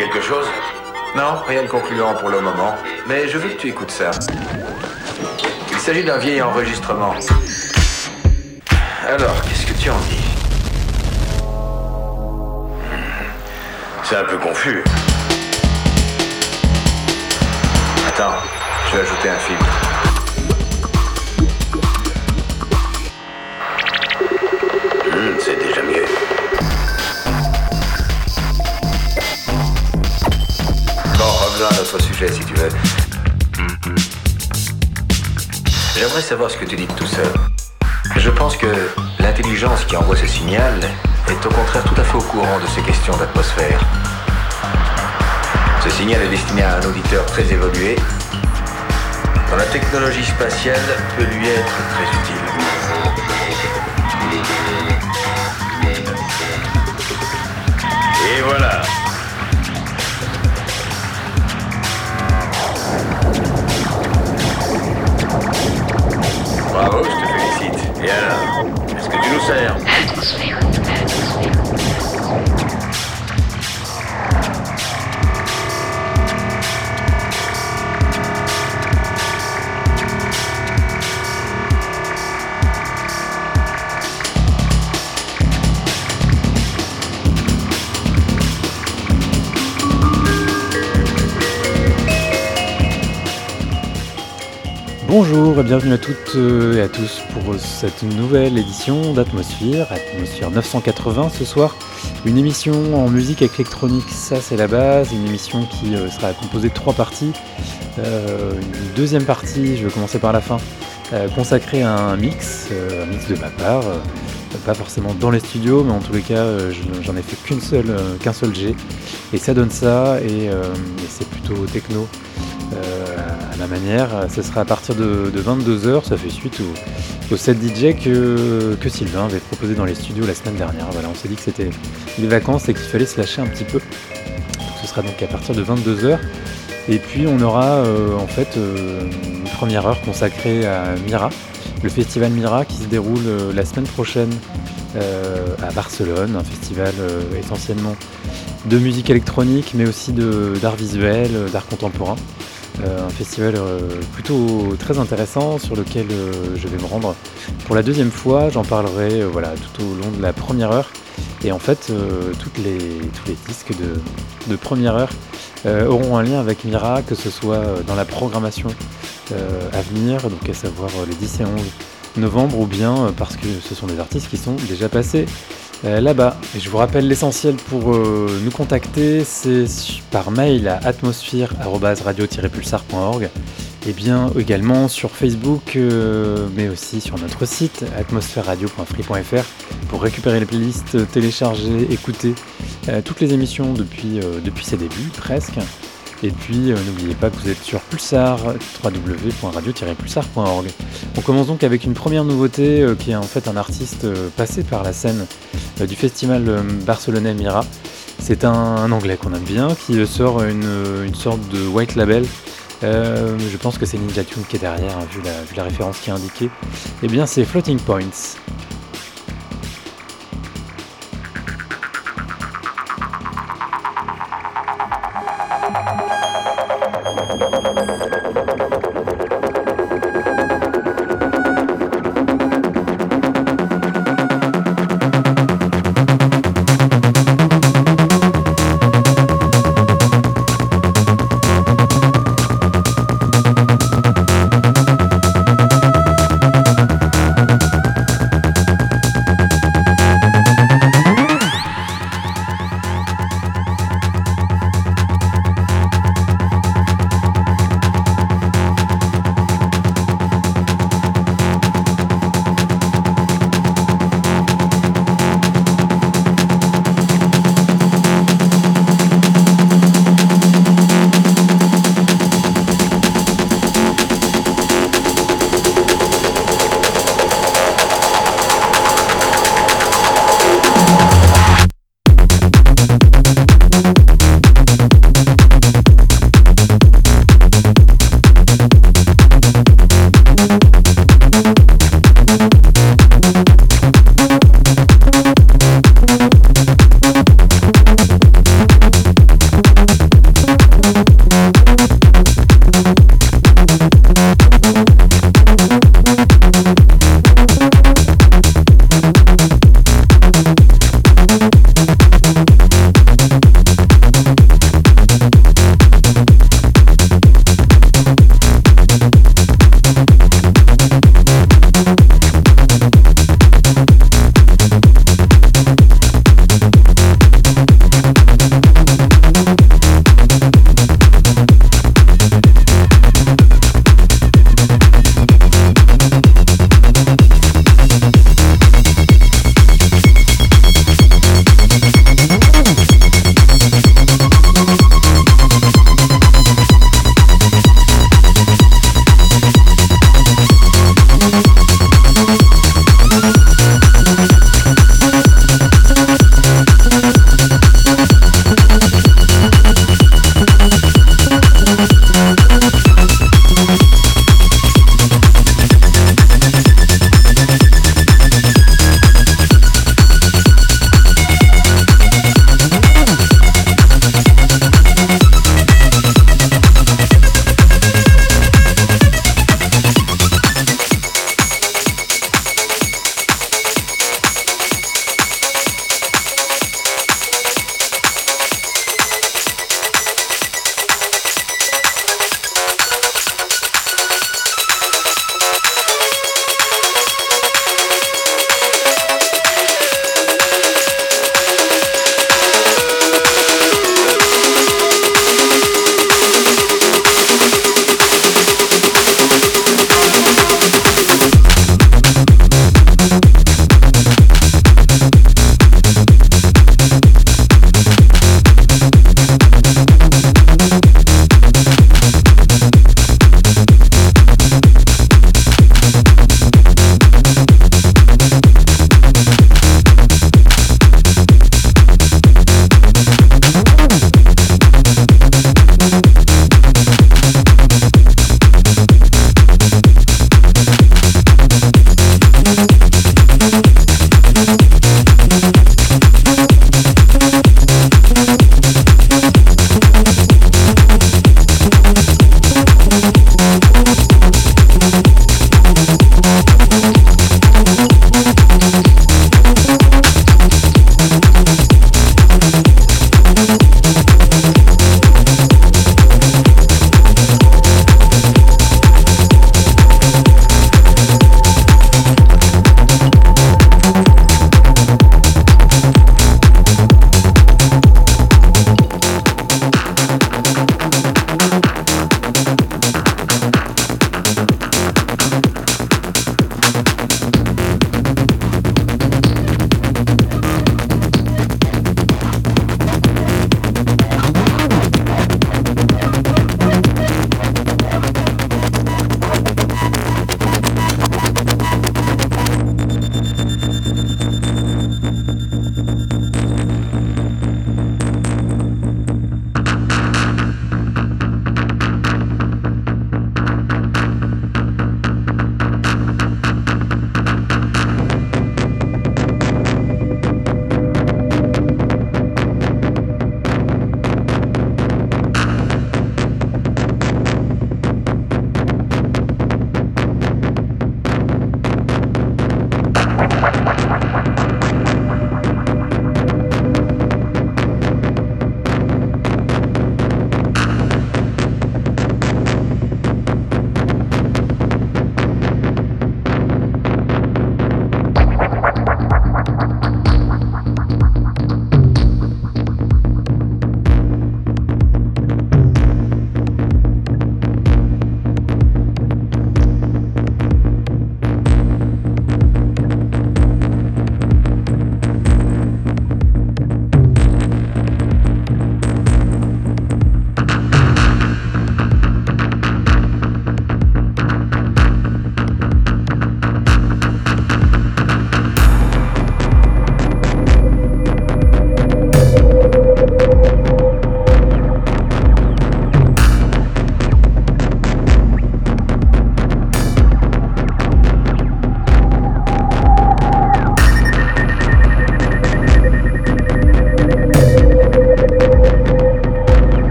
quelque chose? Non, rien de concluant pour le moment, mais je veux que tu écoutes ça. Il s'agit d'un vieil enregistrement. Alors, qu'est-ce que tu en dis? C'est un peu confus. Attends, je vais ajouter un filtre. C'est déjà mieux. Bon, revenons à notre sujet si tu veux. J'aimerais savoir ce que tu dis de tout ça. Je pense que l'intelligence qui envoie ce signal est au contraire tout à fait au courant de ces questions d'atmosphère. Ce signal est destiné à un auditeur très évolué, dont la technologie spatiale peut lui être très utile. Et voilà. Bravo, je te félicite. Et alors, est-ce que tu nous sers? Bonjour et bienvenue à toutes et à tous pour cette nouvelle édition d'Atmosphère, Atmosphère 980 ce soir. Une émission en musique électronique, ça c'est la base, une émission qui sera composée de 3 parties. Une deuxième partie, je vais commencer par la fin, consacrée à un mix de ma part. Pas forcément dans les studios, mais en tous les cas, j'en ai fait qu'un seul jet. Et ça donne ça, et c'est plutôt techno. À ma manière, ce sera à partir de 22h, ça fait suite au set DJ que Sylvain avait proposé dans les studios la semaine dernière. Voilà, on s'est dit que c'était les vacances et qu'il fallait se lâcher un petit peu. Donc, ce sera donc à partir de 22h. Et puis on aura une première heure consacrée à Mira, le festival Mira qui se déroule la semaine prochaine à Barcelone, un festival essentiellement de musique électronique mais aussi d'art visuel, d'art contemporain. Un festival plutôt très intéressant sur lequel je vais me rendre pour la deuxième fois. J'en parlerai tout au long de la première heure. Et en fait, tous les disques de première heure auront un lien avec Mira, que ce soit dans la programmation à venir, donc à savoir les 10 et 11 novembre, ou bien parce que ce sont des artistes qui sont déjà passés là-bas. Et je vous rappelle l'essentiel pour nous contacter, c'est par mail à atmosphere@radio-pulsar.org, et bien également sur Facebook, mais aussi sur notre site atmosphèreradio.free.fr pour récupérer les playlists, télécharger, écouter toutes les émissions depuis ses débuts presque. Et puis n'oubliez pas que vous êtes sur Pulsar, www.radio-pulsar.org. On commence donc avec une première nouveauté qui est en fait un artiste passé par la scène du festival barcelonais Mira. C'est un anglais qu'on aime bien qui sort une sorte de white label. Je pense que c'est Ninja Tune qui est derrière, hein, vu la référence qui est indiquée. Eh bien c'est Floating Points.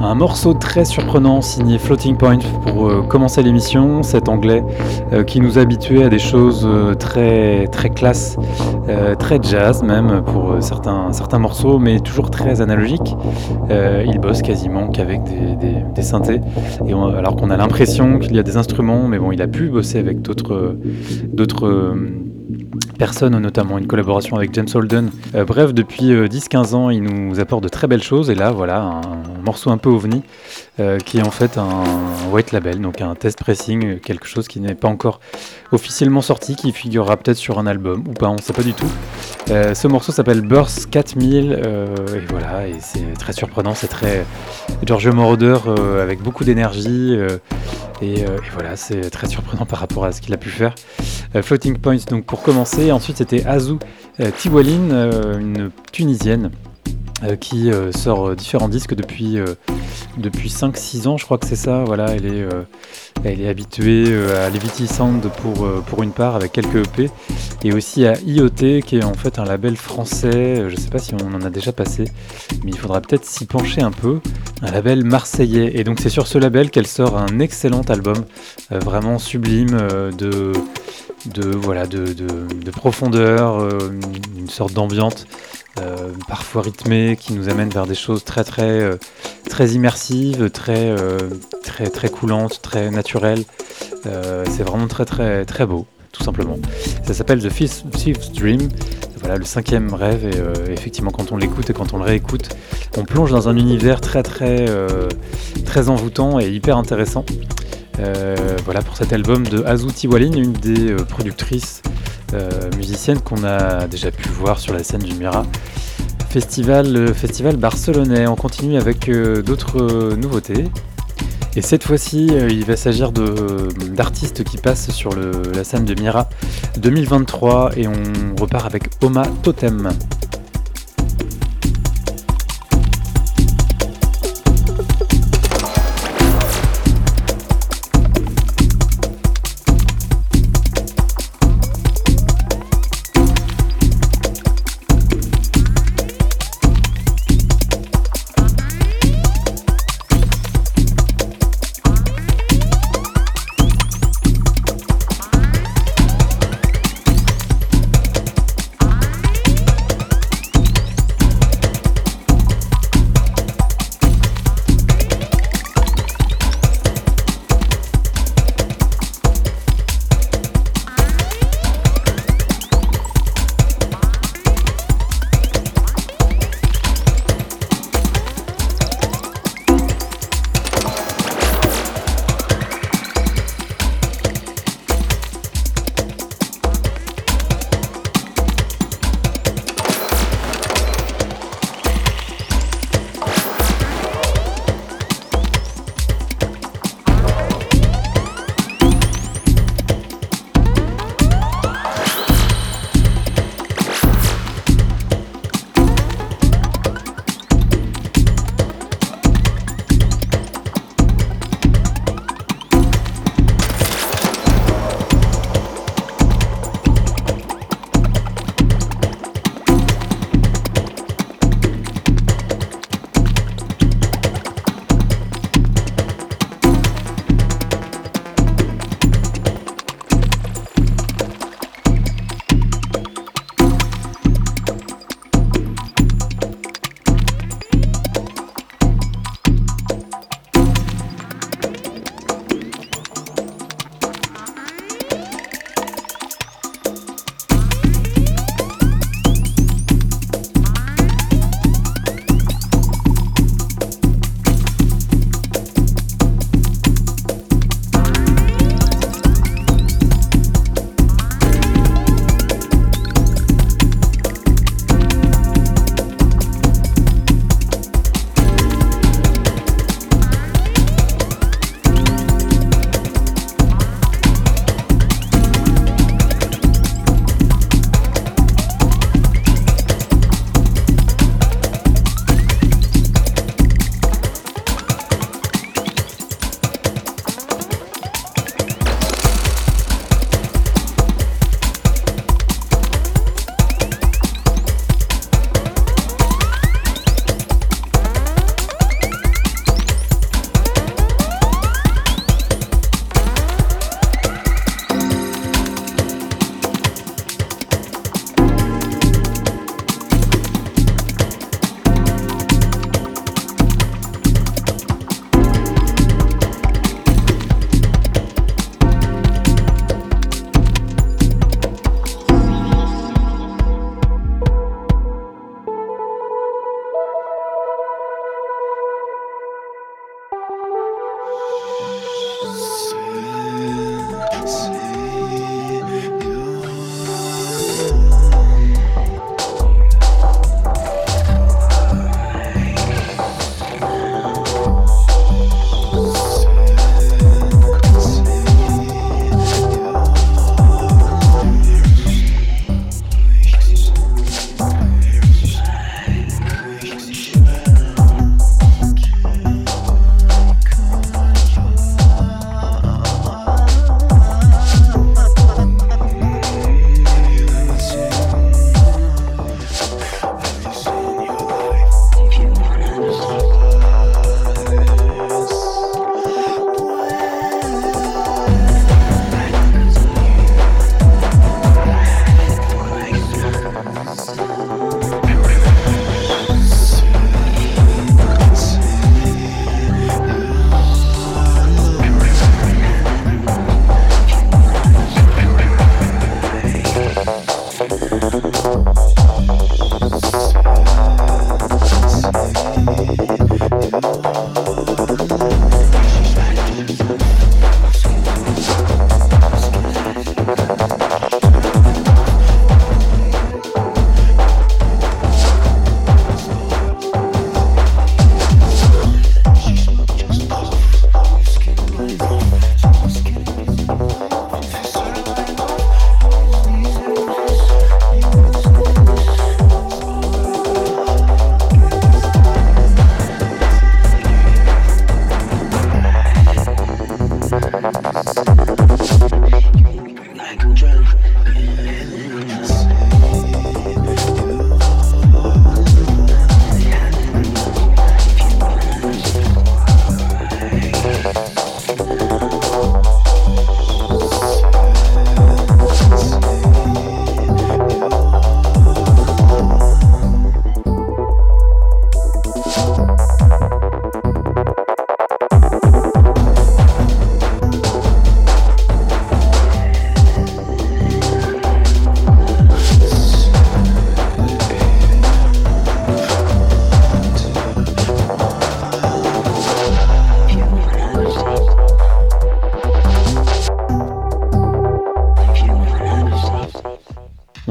Un morceau très surprenant signé Floating Point pour commencer l'émission, cet anglais qui nous habituait à des choses très, très classe, très jazz même pour certains morceaux, mais toujours très analogique. Il bosse quasiment qu'avec des synthés, alors qu'on a l'impression qu'il y a des instruments, mais bon, il a pu bosser avec d'autres personnes, notamment une collaboration avec James Holden. Bref, depuis 10-15 ans, il nous apporte de très belles choses, et là, voilà, un morceau un peu ovni, qui est en fait un white label, donc un test pressing, quelque chose qui n'est pas encore officiellement sorti, qui figurera peut-être sur un album, ou pas, on ne sait pas du tout. Ce morceau s'appelle Burst 4000, et voilà, et c'est très surprenant, c'est très Giorgio Moroder, avec beaucoup d'énergie, et voilà, c'est très surprenant par rapport à ce qu'il a pu faire. Floating Points, donc pour commencer. Ensuite, c'était Azou Tiwalin, une Tunisienne qui sort différents disques depuis 5-6 ans, je crois que c'est ça. Voilà, elle est habituée à Levity Sound pour une part, avec quelques EP, et aussi à IoT, qui est en fait un label français. Je ne sais pas si on en a déjà passé, mais il faudra peut-être s'y pencher un peu. Un label marseillais, et donc c'est sur ce label qu'elle sort un excellent album, vraiment sublime, de profondeur, une sorte d'ambiance parfois rythmée, qui nous amène vers des choses très très très immersives, très coulantes, très naturelles. C'est vraiment très très très beau, tout simplement. Ça s'appelle The Fifth Dream. Voilà, le 5e rêve, et effectivement, quand on l'écoute et quand on le réécoute, on plonge dans un univers très très très envoûtant et hyper intéressant. Voilà pour cet album de Azou Tiwalin, une des productrices musiciennes qu'on a déjà pu voir sur la scène du Mira festival barcelonais. On continue avec d'autres nouveautés, et cette fois-ci il va s'agir d'artistes qui passent sur la scène de Mira 2023, et on repart avec Oma Totem.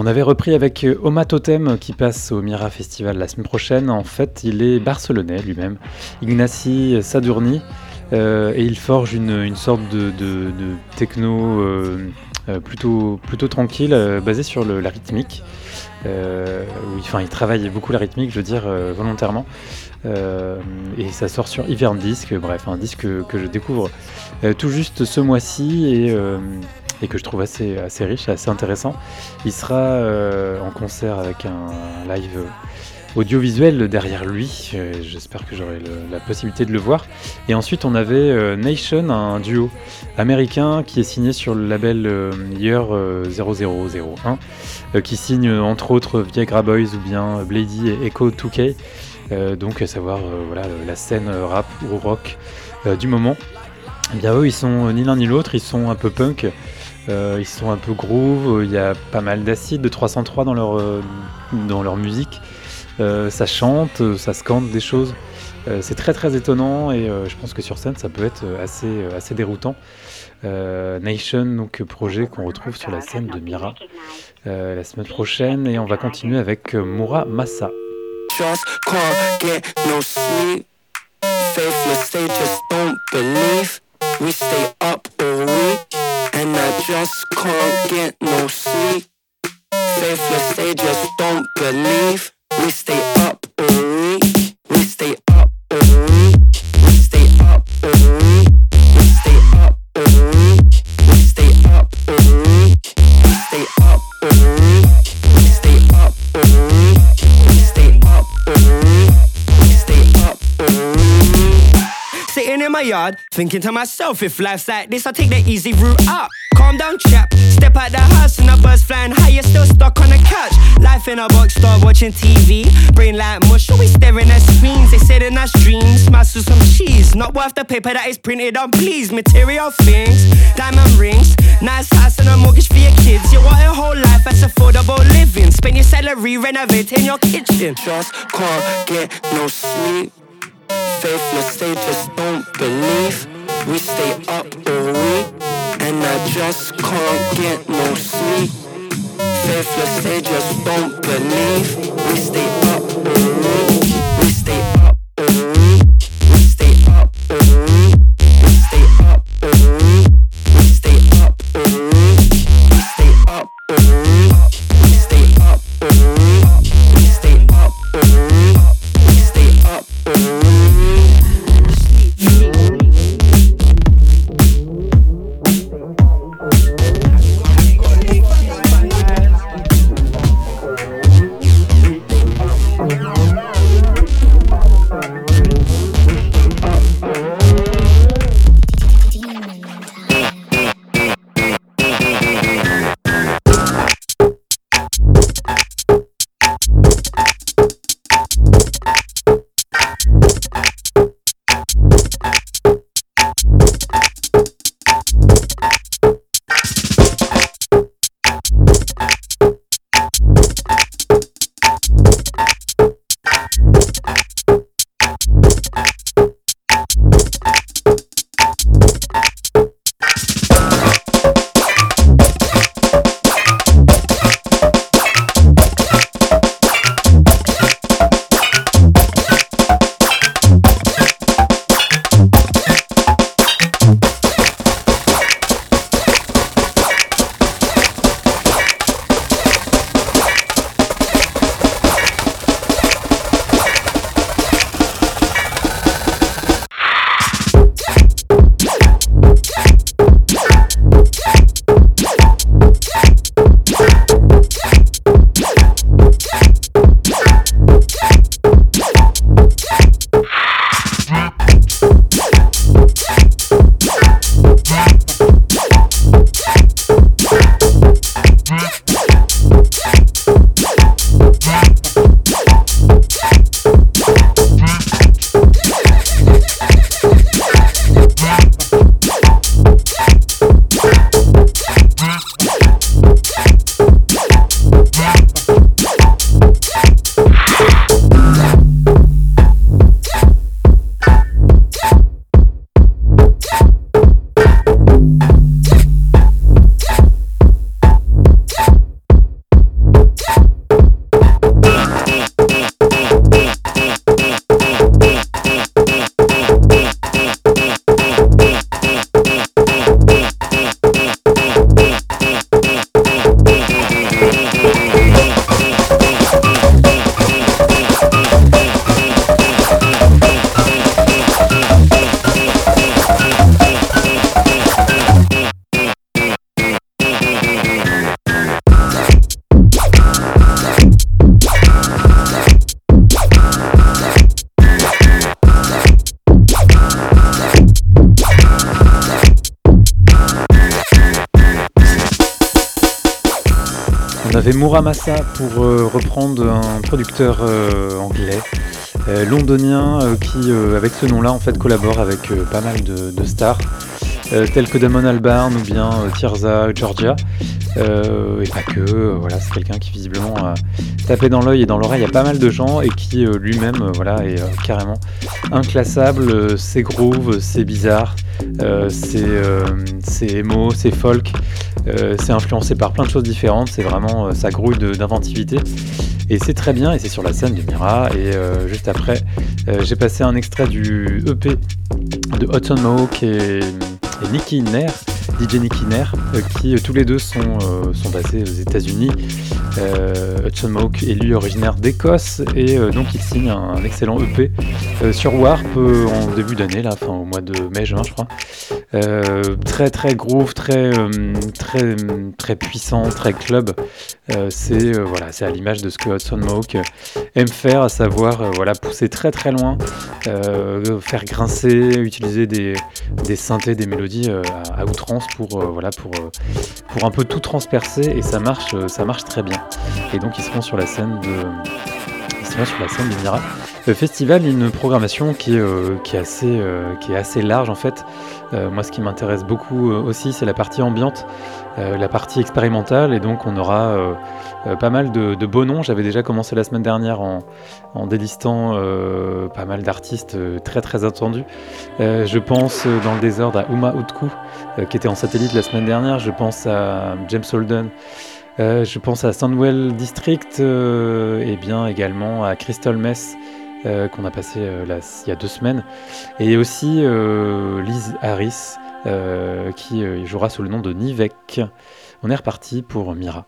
On avait repris avec Oma Totem qui passe au Mira Festival la semaine prochaine. En fait, il est barcelonais lui-même, Ignacy Sadurni, et il forge une sorte de techno plutôt tranquille, basée sur la rythmique. Il travaille beaucoup la rythmique, je veux dire, volontairement. Et ça sort sur Ivern Disc, bref, un disque que je découvre tout juste ce mois-ci et que je trouve assez riche et assez intéressant. Il sera en concert avec un live audiovisuel derrière lui. J'espère que j'aurai la possibilité de le voir. Et ensuite, on avait Nation, un duo américain qui est signé sur le label Year 0001, qui signe entre autres Viagra Boys ou bien Blady et Echo 2K. Donc à savoir la scène rap ou rock du moment. Eh bien eux, ils sont ni l'un ni l'autre, ils sont un peu punk, ils sont un peu groove, il y a pas mal d'acide, de 303 dans leur musique. Ça chante, ça scande des choses. C'est très très étonnant et je pense que sur scène ça peut être assez déroutant. Nation, donc projet qu'on retrouve sur la scène de Mira la semaine prochaine, et on va continuer avec Moura Massa. Just can't get no sleep. Faithless, they just don't believe. We stay up all week, and I just can't get no sleep. Faithless, they just don't believe. We stay up all week. We stay up all week. We stay up all week. We stay up all week. We stay up all week. We stay up all week. We stay up all week. We stay up all week. We stay up all week. Sitting in my yard, thinking to myself, if life's like this, I'll take the easy route up. Calm down, chap. Step out the house and a birds flying high, you're still stuck on the couch. Life in a box, start watching TV. Brain like mush, always staring at screens. They say they're nice dreams, smash with some cheese. Not worth the paper that is printed on, please. Material things, diamond rings, nice house and a mortgage for your kids. You want a whole life that's affordable living. Spend your salary renovating your kitchen. Just can't get no sleep. Faithless, they just don't believe. We stay up all week, and I just can't get no sleep. Faithless, they just don't believe. We stay up all week. We stay up all week. We stay up all week. We stay up all week. We stay up all week. We stay up all week. We stay up all week. We stay up all week. We stay up all week. avait Muramasa pour reprendre un producteur anglais, londonien, qui avec ce nom-là en fait collabore avec pas mal de stars. Tels que Damon Albarn ou bien Tirza Georgia, et pas que, voilà, c'est quelqu'un qui visiblement a tapé dans l'œil et dans l'oreille à pas mal de gens et qui lui-même voilà, est carrément inclassable. C'est groove, c'est bizarre, c'est emo, c'est folk, c'est influencé par plein de choses différentes, c'est vraiment ça grouille d'inventivité. Et c'est très bien, et c'est sur la scène de Mira. Et juste après, j'ai passé un extrait du EP de Hudson Mohawk et Nicky Nair, DJ Nicky Nair, qui tous les deux sont basés aux États-Unis. Hudson Mohawk est lui originaire d'Écosse, et donc il signe un excellent EP sur Warp en début d'année, là, enfin au mois de mai-juin, je crois. Très très groove, très puissant, très club. C'est à l'image de ce que Hudson Mohawk aime faire, à savoir pousser très très loin, faire grincer, utiliser des synthés, des mélodies à outrance pour un peu tout transpercer, et ça marche très bien. Et donc ils seront sur la scène de Mira. Le festival, une programmation qui est assez large en fait. Moi, ce qui m'intéresse beaucoup aussi, c'est la partie ambiante, la partie expérimentale, et donc on aura pas mal de beaux noms. J'avais déjà commencé la semaine dernière en délistant pas mal d'artistes très très attendus. Je pense dans le désordre à Uma Utku, qui était en satellite la semaine dernière. Je pense à James Holden. Je pense à Soundwell District, et bien également à Crystal Mess, qu'on a passé il y a 2 semaines, et aussi Liz Harris, qui jouera sous le nom de Nivek. On est reparti pour Mira.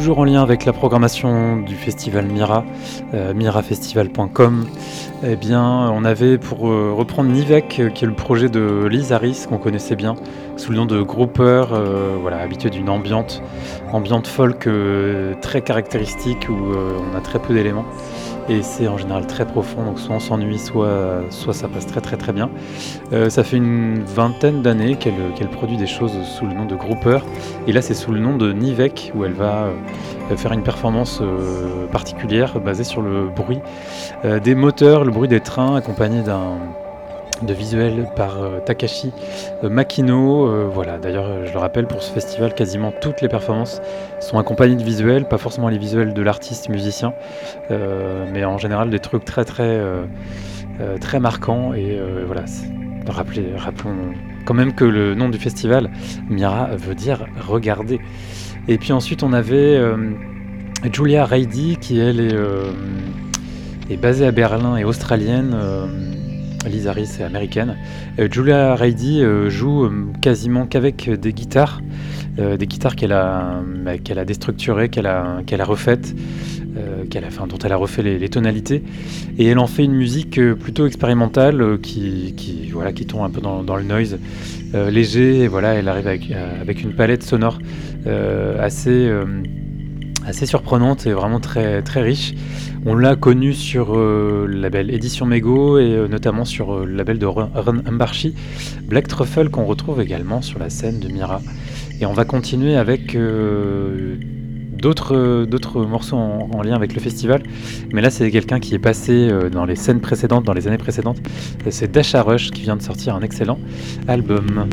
toujours en lien avec la programmation du festival Mira, mirafestival.com. Eh bien, on avait pour reprendre Nivek, qui est le projet de Liz Harris, qu'on connaissait bien, sous le nom de Grouper, habitué d'une ambiante folk très caractéristique, où on a très peu d'éléments. Et c'est en général très profond, donc soit on s'ennuie, soit ça passe très très très bien. Ça fait une vingtaine d'années qu'elle produit des choses sous le nom de Grouper, et là c'est sous le nom de Nivek, où elle va faire une performance particulière basée sur le bruit des moteurs, le bruit des trains, accompagné de visuels par Takashi Makino. D'ailleurs, je le rappelle, pour ce festival, quasiment toutes les performances sont accompagnées de visuels, pas forcément les visuels de l'artiste musicien, mais en général des trucs très très très marquants. Et rappelons quand même que le nom du festival, Mira, veut dire regarder. Et puis ensuite on avait Julia Reidy, qui elle est basée à Berlin et australienne. Liz Harris est américaine. Julia Reidy joue quasiment qu'avec des guitares qu'elle a déstructurées, qu'elle a refaites, dont elle a refait les tonalités, et elle en fait une musique plutôt expérimentale qui tombe un peu dans le noise léger. Et voilà, elle arrive avec une palette sonore assez surprenante et vraiment très, très riche. On l'a connue sur le label Édition Mego, et notamment sur le label de Run Embarchi, Black Truffle, qu'on retrouve également sur la scène de Mira. Et on va continuer avec d'autres morceaux en lien avec le festival, mais là c'est quelqu'un qui est passé dans les scènes précédentes, dans les années précédentes. C'est Dasha Rush, qui vient de sortir un excellent album.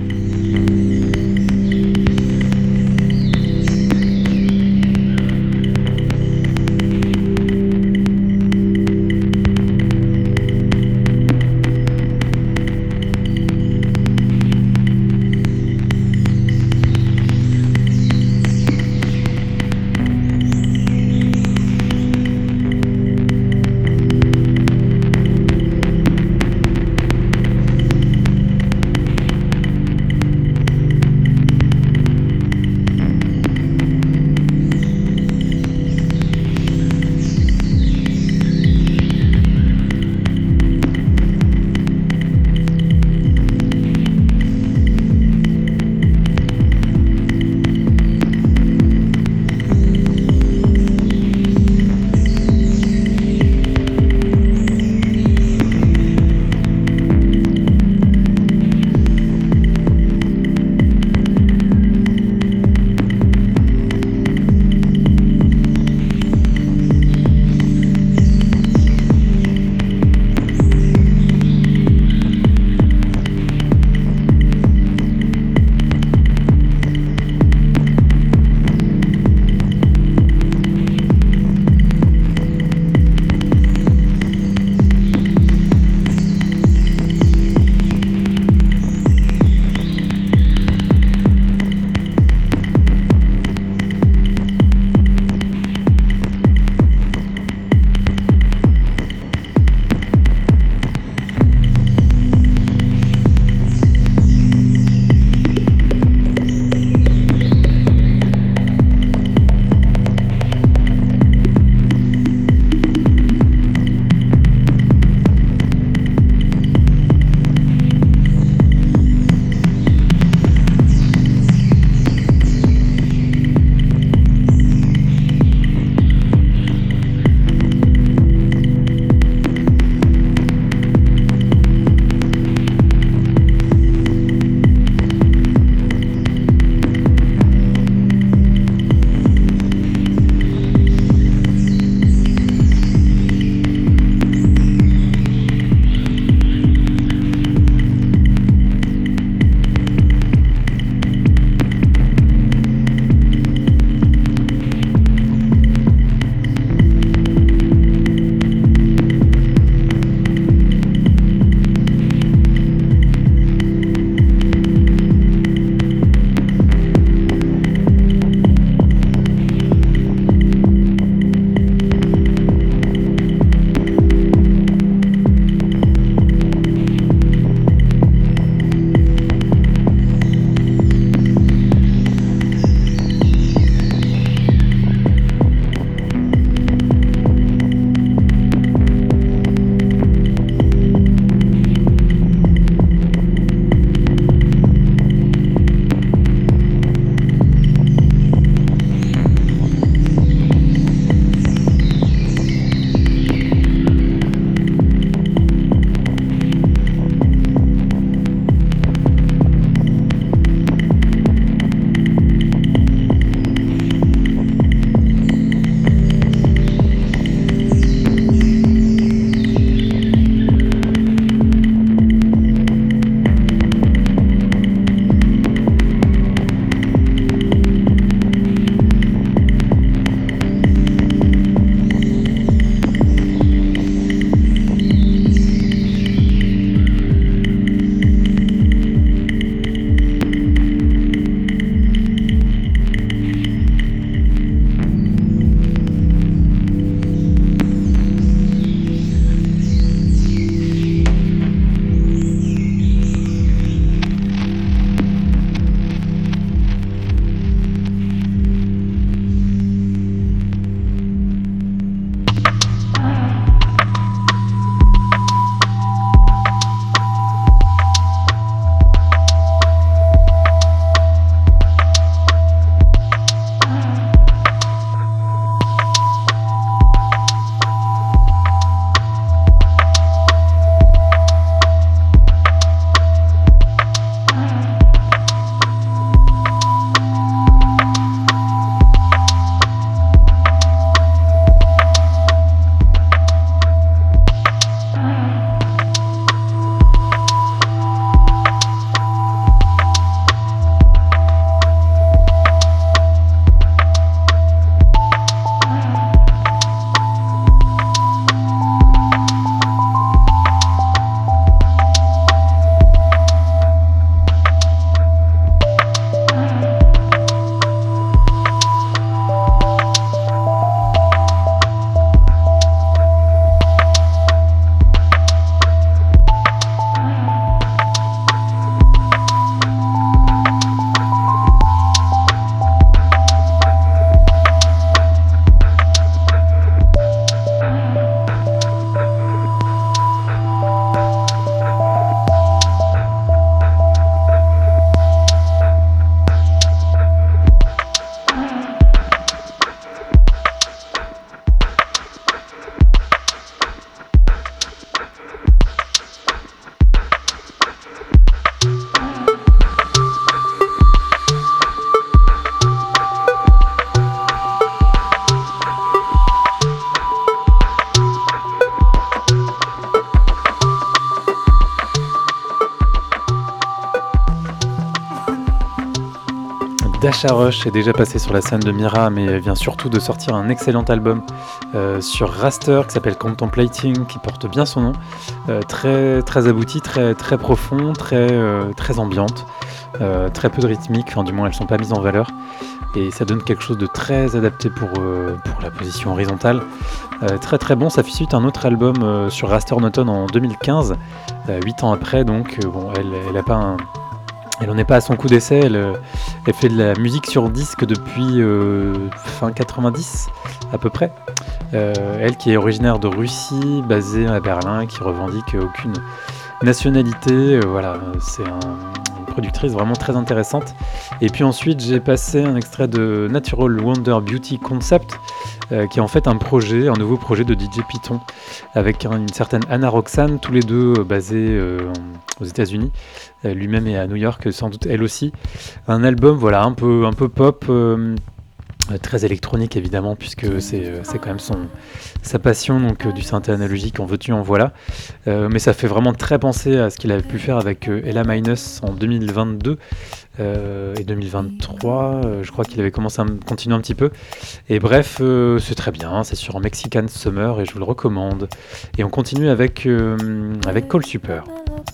Dasha Rush est déjà passé sur la scène de Mira, mais vient surtout de sortir un excellent album sur Raster qui s'appelle Contemplating, qui porte bien son nom, très, très abouti, très, très profond, très ambiante, très peu de rythmique, enfin du moins elles ne sont pas mises en valeur, et ça donne quelque chose de très adapté pour la position horizontale. Très très bon, ça fait suite à un autre album sur Raster Noton en 2015, 8 ans après, donc elle n'en est pas à son coup d'essai, elle fait de la musique sur disque depuis fin 90 à peu près. Elle qui est originaire de Russie, basée à Berlin, qui revendique aucune nationalité, voilà, c'est une productrice vraiment très intéressante. Et puis ensuite j'ai passé un extrait de Natural Wonder Beauty Concept, qui est en fait un nouveau projet de DJ Python, avec une certaine Anna Roxanne, tous les deux basés aux États-Unis. Lui-même est à New York, sans doute elle aussi. Un album voilà, un peu pop, très électronique évidemment, puisque c'est quand même sa passion, donc du synthé analogique, en veux-tu en voilà. Mais ça fait vraiment très penser à ce qu'il avait pu faire avec Ella Minus en 2022 et 2023. Je crois qu'il avait commencé à continuer un petit peu. Et bref, c'est très bien, c'est sur Mexican Summer et je vous le recommande. Et on continue avec Call Super.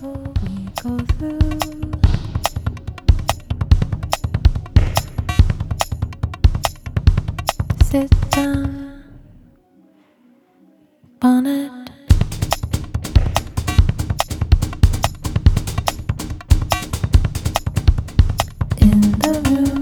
Sit down on it. In the room.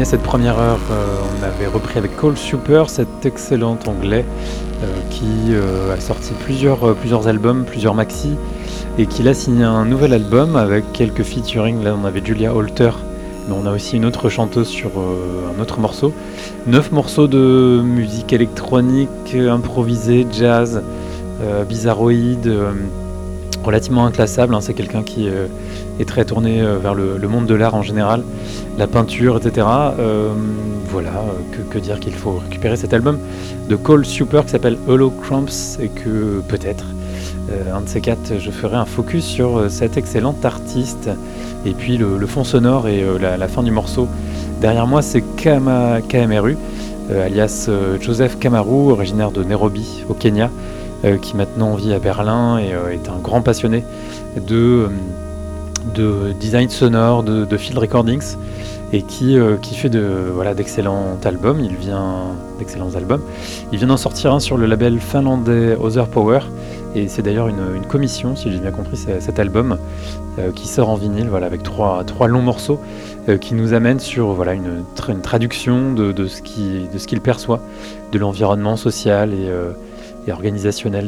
terminer cette première heure, on avait repris avec Cole Super, cet excellent anglais qui a sorti plusieurs albums, plusieurs maxi, et qui a signé un nouvel album avec quelques featuring. Là on avait Julia Holter, mais on a aussi une autre chanteuse sur un autre morceau. 9 morceaux de musique électronique, improvisée, jazz, bizarroïde, relativement inclassable, hein. C'est quelqu'un qui est très tourné vers le monde de l'art en général, la peinture, etc. Voilà, que dire qu'il faut récupérer cet album de Cole Super qui s'appelle Holocrumps, et que peut-être un de ces quatre je ferai un focus sur cet excellent artiste. Et puis le fond sonore et la fin du morceau derrière moi, c'est KMRU, alias Joseph Kamaru, originaire de Nairobi au Kenya, qui maintenant vit à Berlin et est un grand passionné de design sonore, de field recordings, et qui fait d'excellents albums. Il vient d'en sortir un sur le label finlandais Other Power, et c'est d'ailleurs une commission, si j'ai bien compris, cet album qui sort en vinyle, avec trois longs morceaux qui nous amènent sur une traduction de ce qu'il perçoit de l'environnement social et organisationnel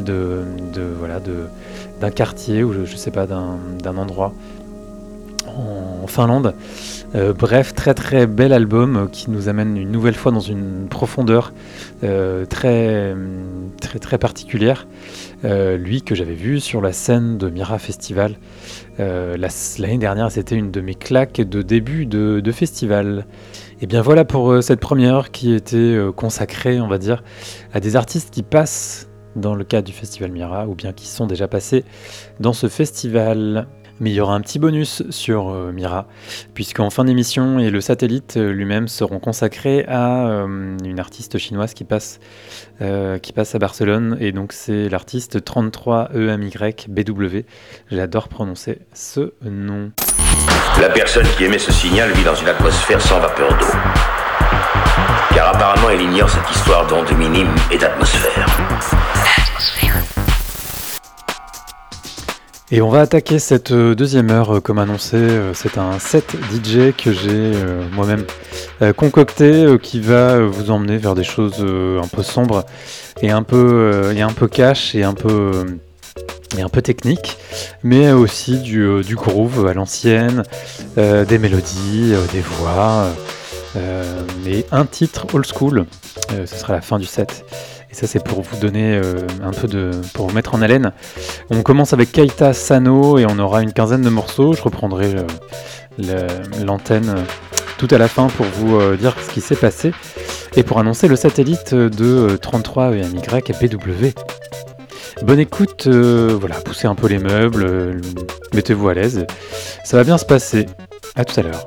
d'un quartier, ou je sais pas, d'un endroit en Finlande. Bref, très très bel album qui nous amène une nouvelle fois dans une profondeur très très très particulière. Lui que j'avais vu sur la scène de Mira Festival l'année dernière, c'était une de mes claques de début de festival. Et bien voilà pour cette première qui était consacrée, on va dire, à des artistes qui passent dans le cadre du festival Mira, ou bien qui sont déjà passés dans ce festival. Mais il y aura un petit bonus sur Mira, puisqu'en fin d'émission, et le satellite lui-même seront consacrés à une artiste chinoise qui passe à Barcelone, et donc c'est l'artiste 33EMYBW. J'adore prononcer ce nom. La personne qui émet ce signal vit dans une atmosphère sans vapeur d'eau. Car apparemment, elle ignore cette histoire d'ondes minimes et d'atmosphère. Et on va attaquer cette deuxième heure, comme annoncé. C'est un set DJ que j'ai moi-même concocté, qui va vous emmener vers des choses un peu sombres et un peu cash et un peu technique, mais aussi du groove à l'ancienne, des mélodies, des voix, et un titre old school. Ce sera la fin du set. Et ça, c'est pour vous donner pour vous mettre en haleine. On commence avec Keita Sano et on aura une quinzaine de morceaux. Je reprendrai l'antenne tout à la fin pour vous dire ce qui s'est passé et pour annoncer le satellite de 33EMYBW. Bonne écoute, poussez un peu les meubles, mettez-vous à l'aise. Ça va bien se passer. À tout à l'heure.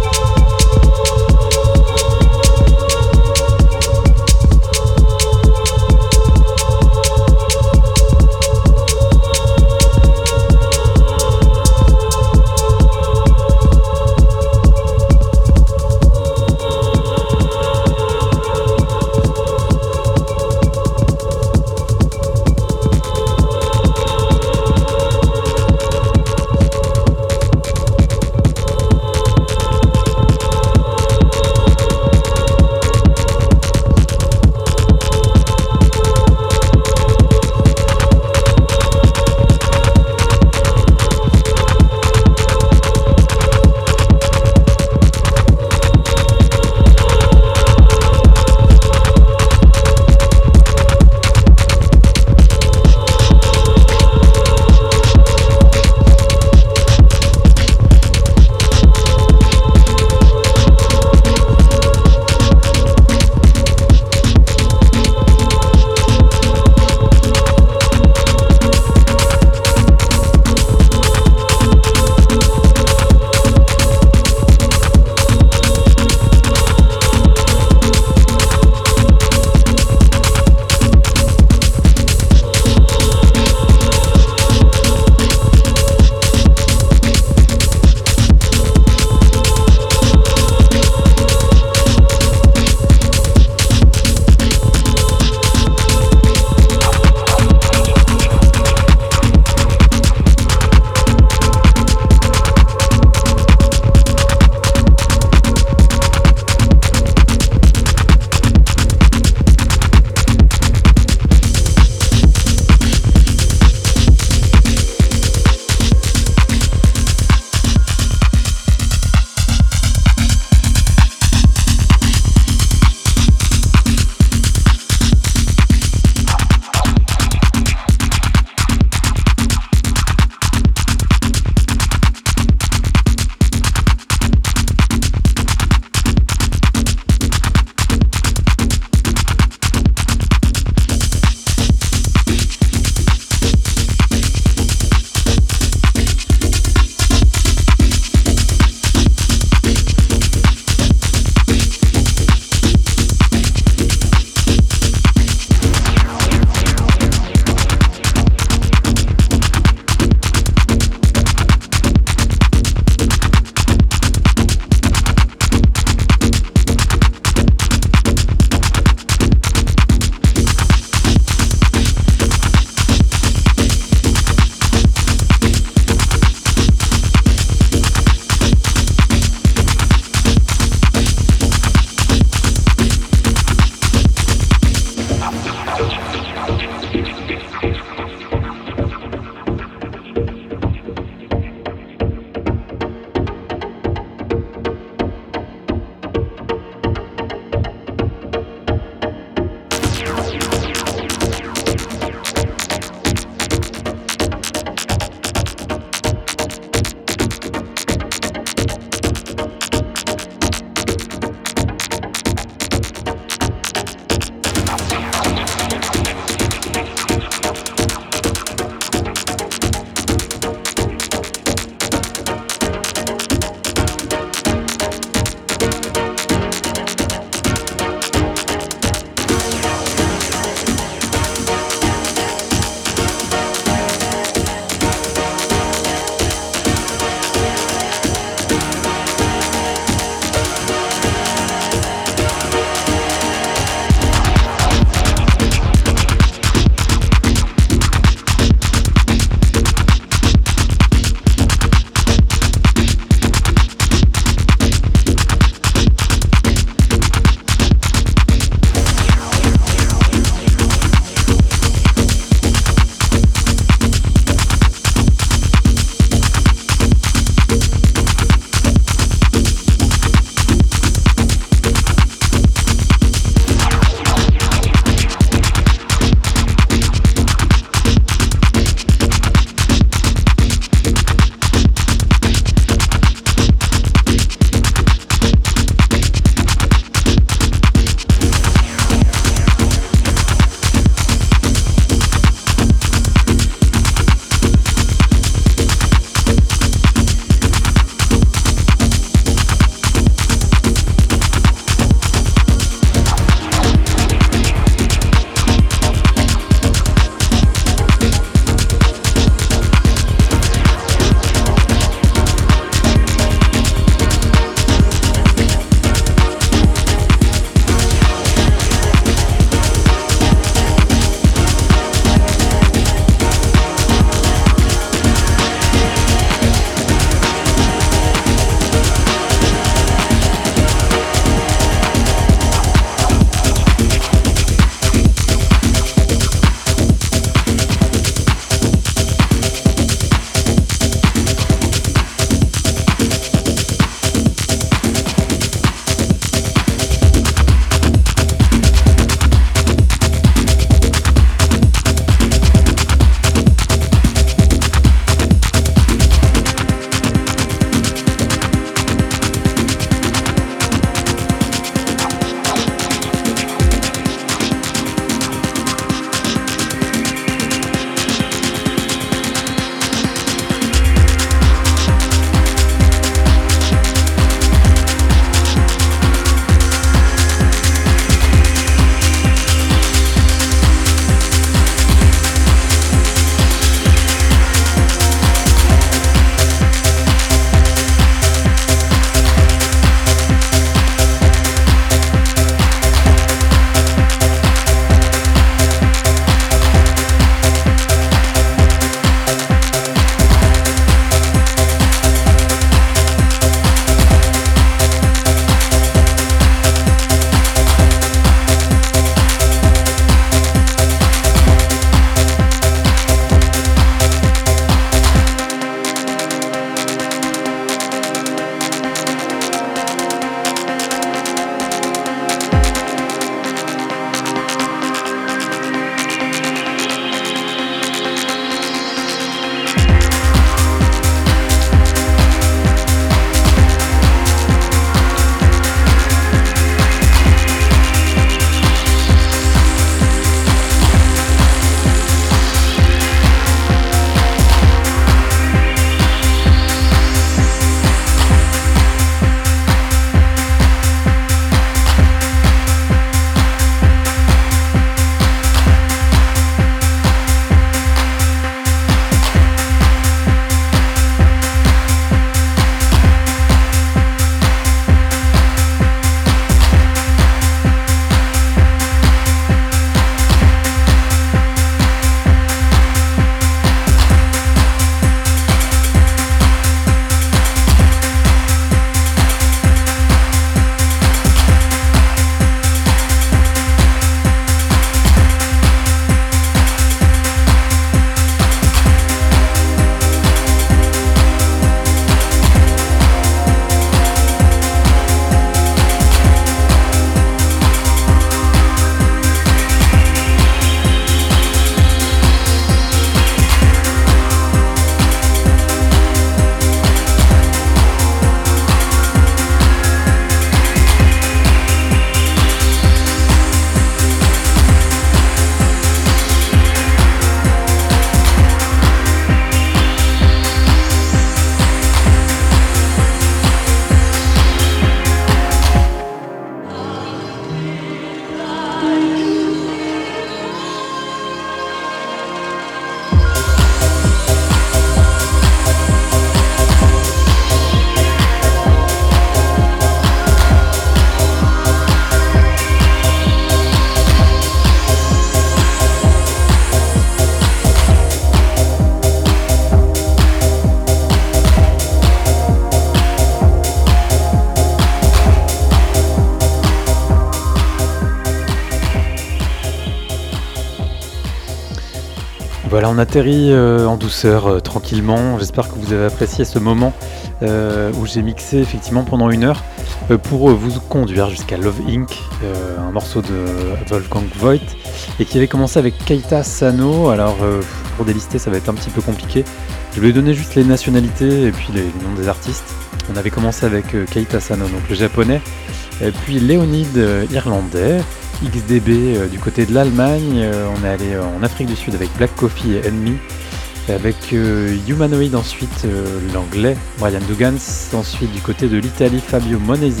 Voilà, on atterrit en douceur, tranquillement. J'espère que vous avez apprécié ce moment où j'ai mixé effectivement pendant 1 heure pour vous conduire jusqu'à Love Inc., un morceau de Wolfgang Voigt, et qui avait commencé avec Keita Sano. Alors pour délister, ça va être un petit peu compliqué. Je vais donner juste les nationalités et puis les noms des artistes. On avait commencé avec Keita Sano, donc le japonais, et puis Léonide, irlandais. XDB du côté de l'Allemagne, on est allé en Afrique du Sud avec Black Coffee et Enemy, avec Humanoid ensuite, l'anglais Brian Dugans, ensuite du côté de l'Italie Fabio Monesi,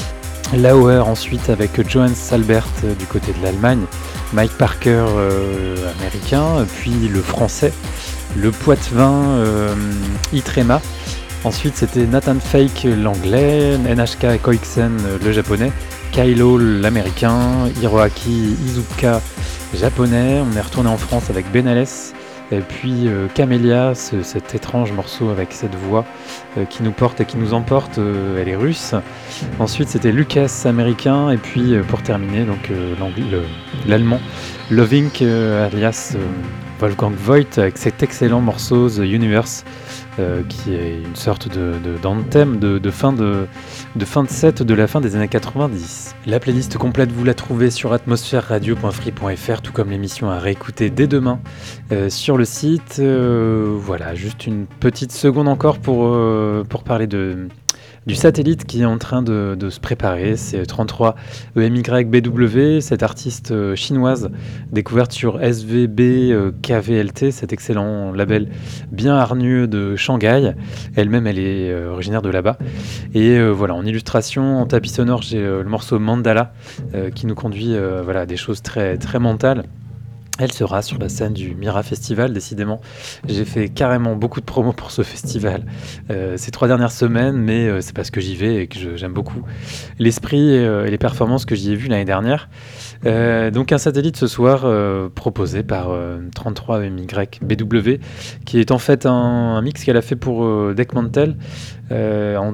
Lauer ensuite avec Johannes Salbert du côté de l'Allemagne, Mike Parker américain, puis le français, le Poitevin Itrema. Ensuite c'était Nathan Fake l'anglais, NHK Koiksen le japonais, Kylo l'américain, Hiroaki Izuka japonais. On est retourné en France avec Benales, et puis Camélia, cet étrange morceau avec cette voix qui nous porte et qui nous emporte, elle est russe. Ensuite c'était Lucas américain, et puis pour terminer donc l'allemand Love Inc. Alias Wolfgang Voigt avec cet excellent morceau The Universe, qui est une sorte d'anthem de fin de set de la fin des années 90. La playlist complète, vous la trouvez sur atmosphèreradio.free.fr, tout comme l'émission à réécouter dès demain sur le site. Voilà, juste une petite seconde encore pour parler du satellite qui est en train de se préparer. C'est 33 EMYBW, cette artiste chinoise découverte sur SVB KVLT, cet excellent label bien hargneux de Shanghai. Elle-même, elle est originaire de là-bas. Et voilà, en illustration, en tapis sonore, j'ai le morceau Mandala qui nous conduit à des choses très, très mentales. Elle sera sur la scène du Mira Festival, décidément. J'ai fait carrément beaucoup de promos pour ce festival ces 3 dernières semaines, mais c'est parce que j'y vais et que j'aime beaucoup l'esprit et les performances que j'y ai vues l'année dernière. Donc un satellite ce soir proposé par 33 MYBW, qui est en fait un mix qu'elle a fait pour Deck Mantel en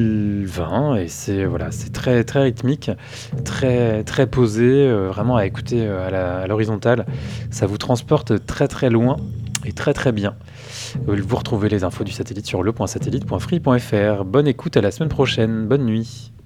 2020, et c'est très, très rythmique, très, très posé, vraiment à écouter à l'horizontale. Ça vous transporte très très loin et très très bien. Vous retrouvez les infos du satellite sur le.satellite.free.fr. Bonne écoute, à la semaine prochaine, bonne nuit.